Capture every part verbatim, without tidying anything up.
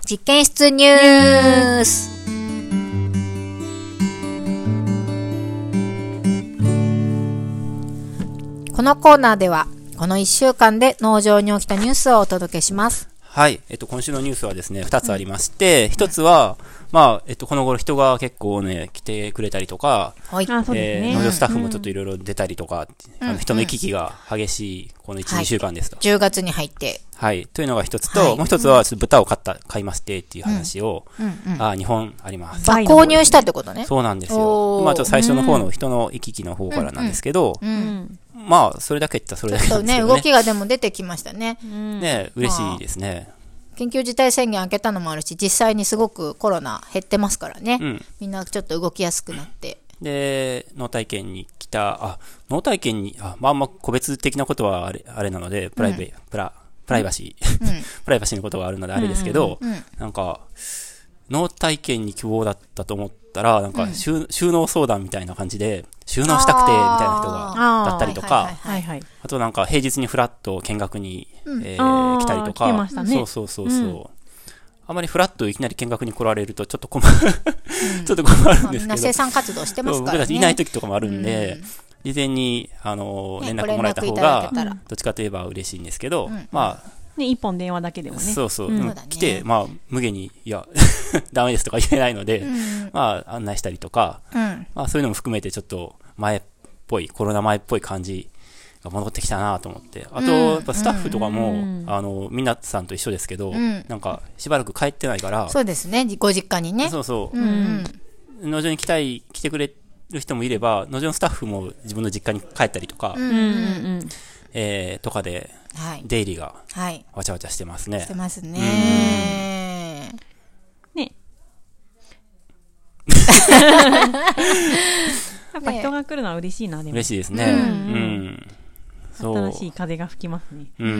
実験室ニュース。このコーナーではこのいっしゅうかんで農場に起きたニュースをお届けします。 はい、えっと、今週のニュースはですね、ふたつありまして、ひとつは、まあ、えっと、この頃人が結構ね、来てくれたりとか、 はい、 えー、農場スタッフもちょっといろいろ出たりとか、うん、あの人の行き来が激しい、このいち、はい、にしゅうかんですと。 じゅうがつに入って。 はい、というのが一つと、はい、もう一つは、ちょっと豚を買った、買いましてっていう話を、うんうんうん、あ、にほんあります。 あ、購入したってことね。 そうなんですよ。まあ、ちょっと最初の方の人の行き来の方からなんですけど、うんうんうんまあ、それだけ言ったらそれだけなんですけどね。 ちょっとね、動きがでも出てきましたね。 ね、嬉しいですね。 緊急事態宣言明けたのもあるし、実際にすごくコロナ減ってますからね。うん、みんなちょっと動きやすくなって。 で、農体験に来た、あ、農体験に、あ、まあまあ個別的なことはあれ、あれなので、プライベ、うん、プラ、プライバシー、うん、プライバシーのことがあるのであれですけど、うんうんうん、なんか、農体験に希望だったと思ったら、なんか、うん、収納相談みたいな感じで、収納したくて、みたいな人が、だったりとか、あとなんか平日にフラッと見学に、うんえー、来たりとか、 ね、 そうそうそうそう、うん、あまりフラッといきなり見学に来られるとちょっと困る、うん、ちょっと困るんですけど、まあ、みんな生産活動してますからね。 僕たちいない時とかもあるんで、うん、事前に、あの、連絡もらえた方が、どっちかといえば嬉しいんですけど、うん、まあ、 ね、一本電話だけでもね。 そうそう。うん、来て、まあ、無限に、いや、ダメですとか言えないので、うん、まあ、案内したりとか、うん、まあ、そういうのも含めてちょっと前っぽい、コロナ前っぽい感じが戻ってきたなと思って。あと、やっぱスタッフとかも、うん、あの、皆さんと一緒ですけど、うん、なんか、しばらく帰ってないから。 そうですね、ご実家にね。 そうそう。うんうん、農場に来たい、来てくれる人もいれば、農場のスタッフも自分の実家に帰ったりとか、うんうんうんえー、とかで、出入りが、わちゃわちゃしてますね。 してますね。 ね。やっぱ人が来るのは嬉しいな、でも。 嬉しいですね。うん。うん、 新しい風が吹きますね。うんうんうん。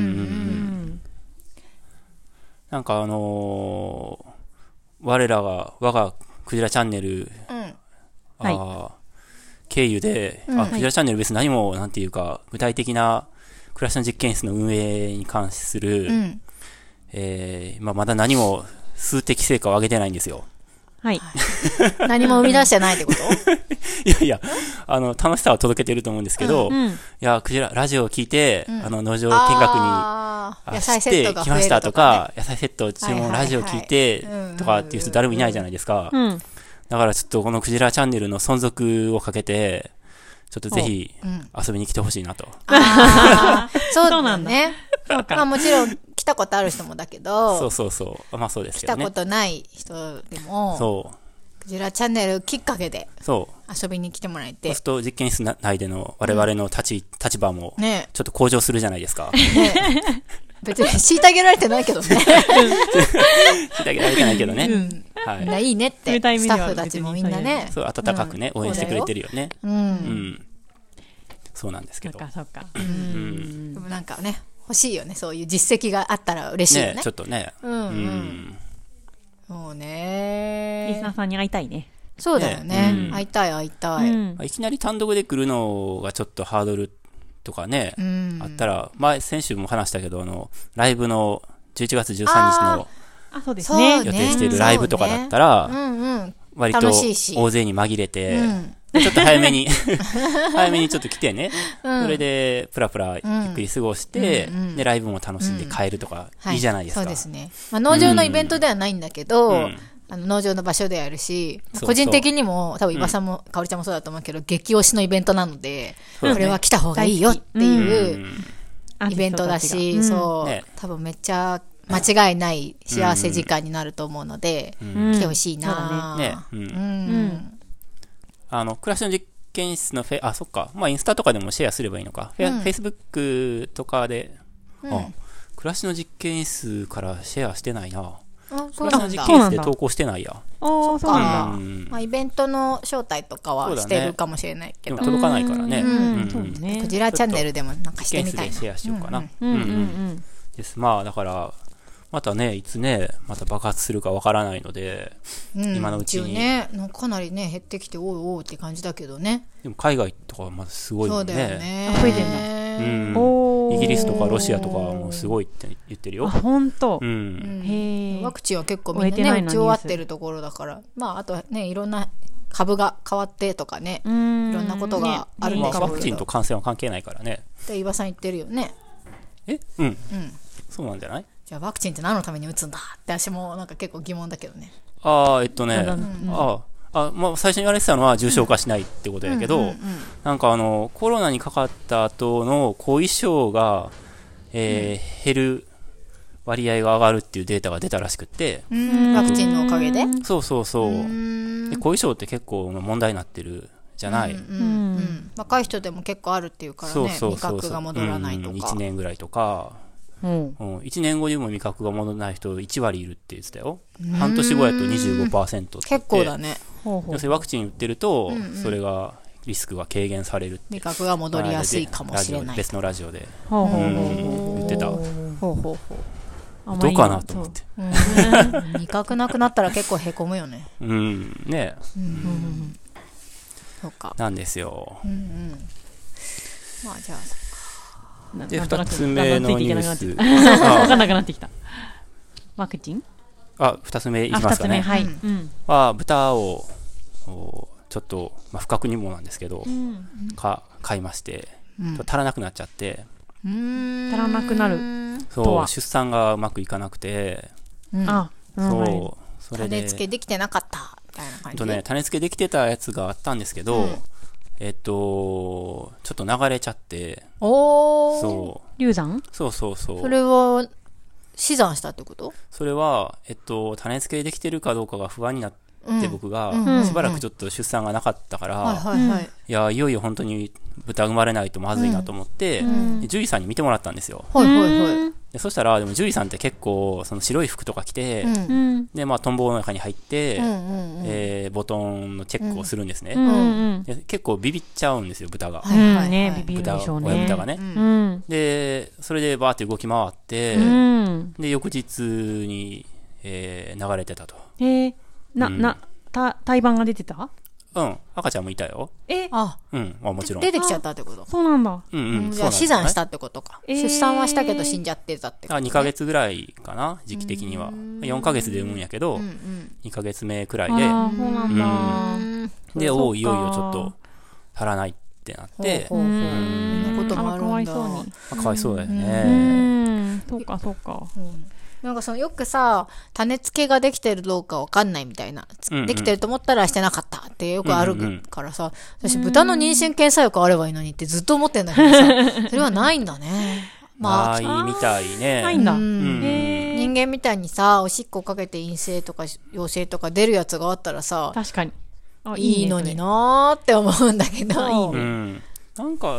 なんかあのー、我らが、我がクジラチャンネル、うん、あはい、経由で、うん、あ、クジラチャンネル別に何も、なんていうか、具体的な、暮らしの実験室の運営に関する、うんえーまあ、まだ何も数的成果を上げてないんですよ。 はい。 何も生み出してないってこといやいや、あの、楽しさは届けてると思うんですけど、うん、いや、クジラ、ラジオを聞いて、うん、あの、農場見学に、 野菜セットが来ましたとか、野菜セット注文ラジオ聞いて、とかっていう人誰もいないじゃないですか。うん、だからちょっとこのクジラチャンネルの存続をかけて、ちょっとぜひ遊びに来てほしいなと。 ああ、そうなんだね。そうか。まあもちろん来たことある人もだけど、 そうそうそう。まあそうですけどね。 来たことない人でも、そう。クジラチャンネルきっかけで、そう。遊びに来てもらえて。 そうすると実験室内での我々の立ち、立場も、ね。ちょっと向上するじゃないですか。ね。 別に虐げられてないけどね。 虐げられてないけどね。うん。 はい。みんないいねって、スタッフたちもみんなね。 そう、温かくね、応援してくれてるよね。うん。うん。そうなんですけど。 そっかそっか。 うん。でもなんかね、欲しいよね。そういう実績があったら嬉しいよね。 ね、ちょっとね。うん。うん。 そうね。 リスナーさんに会いたいね。 そうだよね。会いたい会いたい。 いきなり単独で来るのがちょっとハードルとかね、うん、あったら、前、先週も話したけど、あの、ライブのじゅういちがつじゅうさんにちの、 あ、そうですね。 予定しているライブとかだったら、割と大勢に紛れて、ちょっと早めに、早めにちょっと来てね、それで、プラプラゆっくり過ごして、で、ライブも楽しんで帰るとか、いいじゃないですか。 そうですね。まあ、農場のイベントではないんだけど、あの農場の場所であるし、個人的にも、多分、伊庭さんも、かおりちゃんもそうだと思うけど、激推しのイベントなので、これは来た方がいいよっていうイベントだし、そう、多分めっちゃ間違いない幸せ時間になると思うので、来てほしいなぁ。ね。うん。 あの、暮らしの実験室のフェ、あ、そっか。まあ、インスタとかでもシェアすればいいのか。フェイスブックとかで、あ、暮らしの実験室からシェアしてないな。暮らしの実験室で投稿してないや。ああ、そうなんだ。まあ、イベントの招待とかはしてるかもしれないけど。 でも届かないからね。 クジラチャンネルでもなんかしてみたいな。 実験室でシェアしようかな。うんうん。です。まあ、だから、またね、いつね、また爆発するかわからないので、今のうちに。 ね、かなりね、減ってきて、おうおうって感じだけどね。 でも海外とかはまだすごいもんね。 そうだよね。 増えてんだ。 うん、イギリスとかロシアとかはもうすごいって言ってるよ。 あ、本当。 うん、 へワクチンは結構みんなね打ち終わってるところだから、まああとねいろんな株が変わってとかね、いろんなことがあるんでしょうけど、 ワクチンと感染は関係ないからね。 って岩さん言ってるよね。 え、うん、うん、そうなんじゃない？ じゃあワクチンって何のために打つんだって私もなんか結構疑問だけどね。 ああ、えっとね、うん、ああ、まあ、最初に言われてたのは重症化しないってことやけど、うんうんうんうん、なんかあのコロナにかかった後の後遺症が、えーうん、減る割合が上がるっていうデータが出たらしくって、 ワクチンのおかげで、 そうそうそう、で後遺症って結構問題になってるじゃない、うんうんうん、 若い人でも結構あるっていうからね、そうそうそうそう、味覚が戻らないとか、うん、 いちねんぐらいとか、うんうん、いちねんごにも味覚が戻らない人いちわりいるって言ってたよ。半年後やと にじゅうごパーセント って結構だね。 要するにワクチン打ってると、うんうん、それがリスクが軽減されるって、 味覚が戻りやすいかもしれない。 別のラジオで、 うん、 言ってた。ほうほうほう、どうかなと思って、うん、 味覚なくなったら結構へこむよね。 うんね、うんうん、 そうかなんですよ、うんうん、 まあじゃあでふたつめのニュース、 分かんなくなってきた。ワクチン、 あ、ふたつめいきますかね。 はい、 うん、は豚をちょっと、まあ、不覚にもなんですけど、うん、か買いまして、うん、足らなくなっちゃって、 うーん、足らなくなる、 そう出産がうまくいかなくて、 うん、あ、そう、 はい、それで種付けできてなかったみたいな感じとね、種付けできてたやつがあったんですけど、うん、えっとちょっと流れちゃって、 おー、 そう流産、 そうそうそう、 それは死産したってこと？ それは、えっと、種付けできてるかどうかが不安になって、うん、僕が、うん、しばらくちょっと出産がなかったから、うんうんうん、いや、いよいよ本当に豚生まれないとまずいなと思って、うん、獣医さんに見てもらったんですよ。 はいはいはい。 でそしたら、でも獣医さんって結構、その白い服とか着て、うん、で、まあ、トンボの中に入って、うんうんうん、えー、ボトンのチェックをするんですね。うんうん、で結構ビビっちゃうんですよ、豚が。 はいはいはい、ね、ビビるでしょうね。 親豚がね、うん。で、それでバーって動き回って、うん、で、翌日に、えー、流れてたと。 へー、な、うん、な、た、胎盤が出てた？ うん、赤ちゃんもいたよ。 え、あ、 うん、まあもちろん。 出てきちゃったってこと？ そうなんだ。 うんうん。 じゃあ死産したってことか。出産はしたけど死んじゃってたってこと、ね。 あ、にかげつぐらいかな、時期的には。よんかげつで産むんやけど、うんうん、にかげつめくらいで。 あ、そうなんだ。うん、 で、おう、いよいよちょっと足らないってなって。 ほうほうほう、うん、そんなこともあるんだ。 かわいそうに。 あ、かわいそうだよね。 うん、そうかそうか。うん、 なんかそのよくさ、種付けができてるどうかわかんないみたいな、うんうん、できてると思ったらしてなかったってよくあるからさ、うんうん、私豚の妊娠検査薬あればいいのにってずっと思ってんだけどさ、それはないんだね。 まあ、いいみたいね。 ないんだ。 うん、人間みたいにさ、おしっこかけて陰性とか陽性とか出るやつがあったらさ、 確かに。 あ、いいのになーって思うんだけど。いいね。 うん、なんか、うん。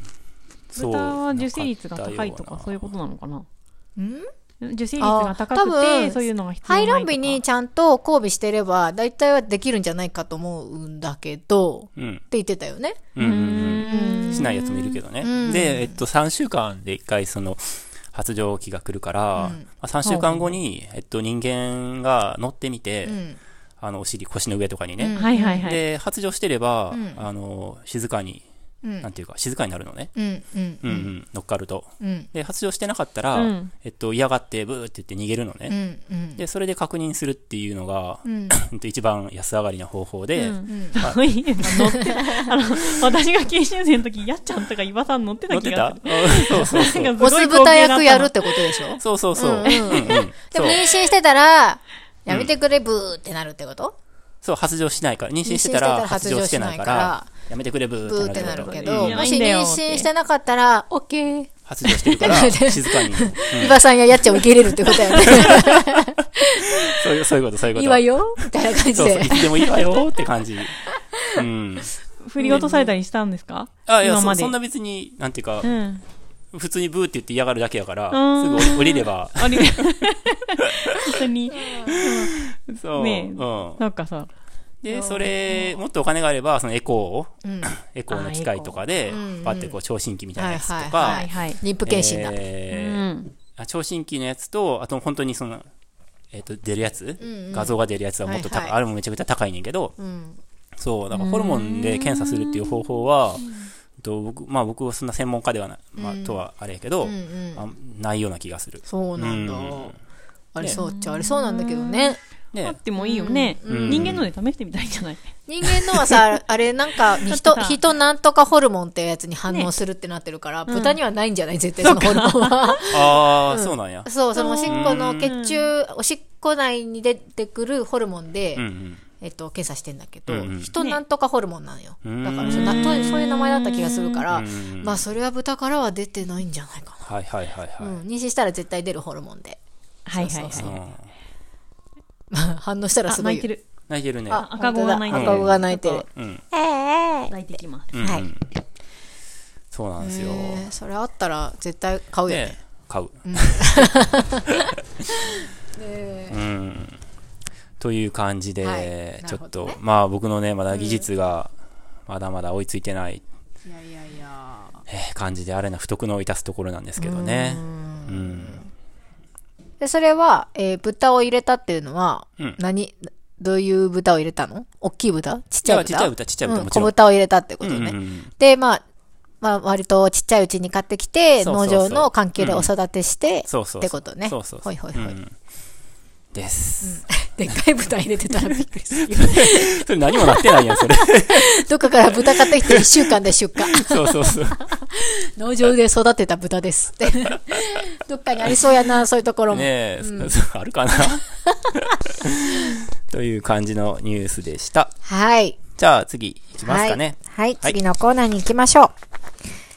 豚は受精率が高いとかそういうことなのかな。 うん受精率が高くてそういうのが必要ないとか、 排卵日にちゃんと交尾してれば大体はできるんじゃないかと思うんだけど、うん、って言ってたよね。 うんうんうん、しないやつもいるけどね、うん、で、えっと、さんしゅうかんでいっかいその発情期が来るから、うんまあ、さんしゅうかんごに、えっと、人間が乗ってみて、うん、あのお尻腰の上とかにね、うんはいはいはい、で発情してれば、うん、あの静かにうん、なんていうか静かになるのね、うんうんうんうん、乗っかると、うん、で発情してなかったら、うんえっと、嫌がってブーって言って逃げるのね、うんうん、でそれで確認するっていうのが、うん、一番安上がりな方法で、うんうんまあ、乗ってあの私が研修生の時やっちゃんとか岩さん乗ってた気がする。 そうそうそうボス豚役やるってことでしょ。 そうそうそう、うんうんうん、でも妊娠してたらやめてくれブーってなるってこと、うん、 そう発情しないから妊娠してたら発情してないからやめてくれブーってなるけど、もし妊娠してなかったら、オッケー。 発情してるから、静かに。 イバさんややっちゃんを受け入れるってことやね。 そういう、そういうこと、そういうこと。 いいわよみたいな感じで。 そうそう、いつでもいいわよって感じ。うん。 振り落とされたりしたんですか？ あ、いや、そ, そんな別に、なんていうか、うん、普通にブーって言って嫌がるだけやから、すぐ降りれば。降りれば。 普通に。 そう。 ねえ。うん。そっかそう。 で、それ、もっとお金があれば、そのエコー、うん、エコーの機械とかで、パッてこう、聴診器みたいなやつとか、 妊婦検診だ。 えーうん、聴診器のやつと、あと本当にその、えっと、出るやつ、うんうん、画像が出るやつはもっと高い、はいはい、あれもめちゃくちゃ高いねんけど、うん、そう、だからホルモンで検査するっていう方法は、 と僕、まあ僕はそんな専門家ではない、まあ、とはあれやけど、 うんうん、 あないような気がする。 そうなんだ。うん、あれそうっちゃあれそうなんだけどね。 ね、あってもいいよね、うん。人間ので試してみたいんじゃない？ 人間のはさ、あれなんか、人、人なんとかホルモンってやつに反応するってなってるから、ね、豚にはないんじゃない絶対そのホルモンは。 ああ、 うん、 そうなんや。 そう、そのおしっこの血中、おしっこ内に出てくるホルモンで、うんうん、えっと、検査してんだけど、うんうん、人なんとかホルモンなんよ。ね、だからそな、そういう名前だった気がするから、まあそれは豚からは出てないんじゃないかな。 はいはいはいはい。うん、 妊娠したら絶対出るホルモンで。 はいはいはい。そうそうそう反応したらすごい。 泣いてる。 泣いてるね。 あ、赤子が泣いてる。 赤子が泣いてる。 うん。 ええー。 泣いてきます。 はい。 そうなんですよ。 それあったら絶対買うよね。 買う。うん。という感じで、ちょっと、まあ僕のね、まだ技術がまだまだ追いついてない感じで、あれな不徳の致すところなんですけどね。うん。 で、それは、えー、豚を入れたっていうのは、うん、何、どういう豚を入れたの？大きい豚？ちっちゃい豚？ ちっちゃい豚、ちっちゃい豚、 うん、小豚を入れたってことね。うんうんうん、で、まあ、まあ、割とちっちゃいうちに買ってきて、農場の環境でお育てして、そうそうそうってことね。そうそうそう。ほいほいほい。うん、 です、 うん。でっかい豚入れてたらびっくりする。 それ何もなってないやん、それ。 どっかから豚買ってきていっしゅうかんで出荷。 そうそうそう。 農場で育てた豚ですって。どっかにありそうやな、そういうところも。 ねえ、うん、あるかなという感じのニュースでした。 はい。 じゃあ次、いきますかね。 はい。はい、次のコーナーに行きましょう。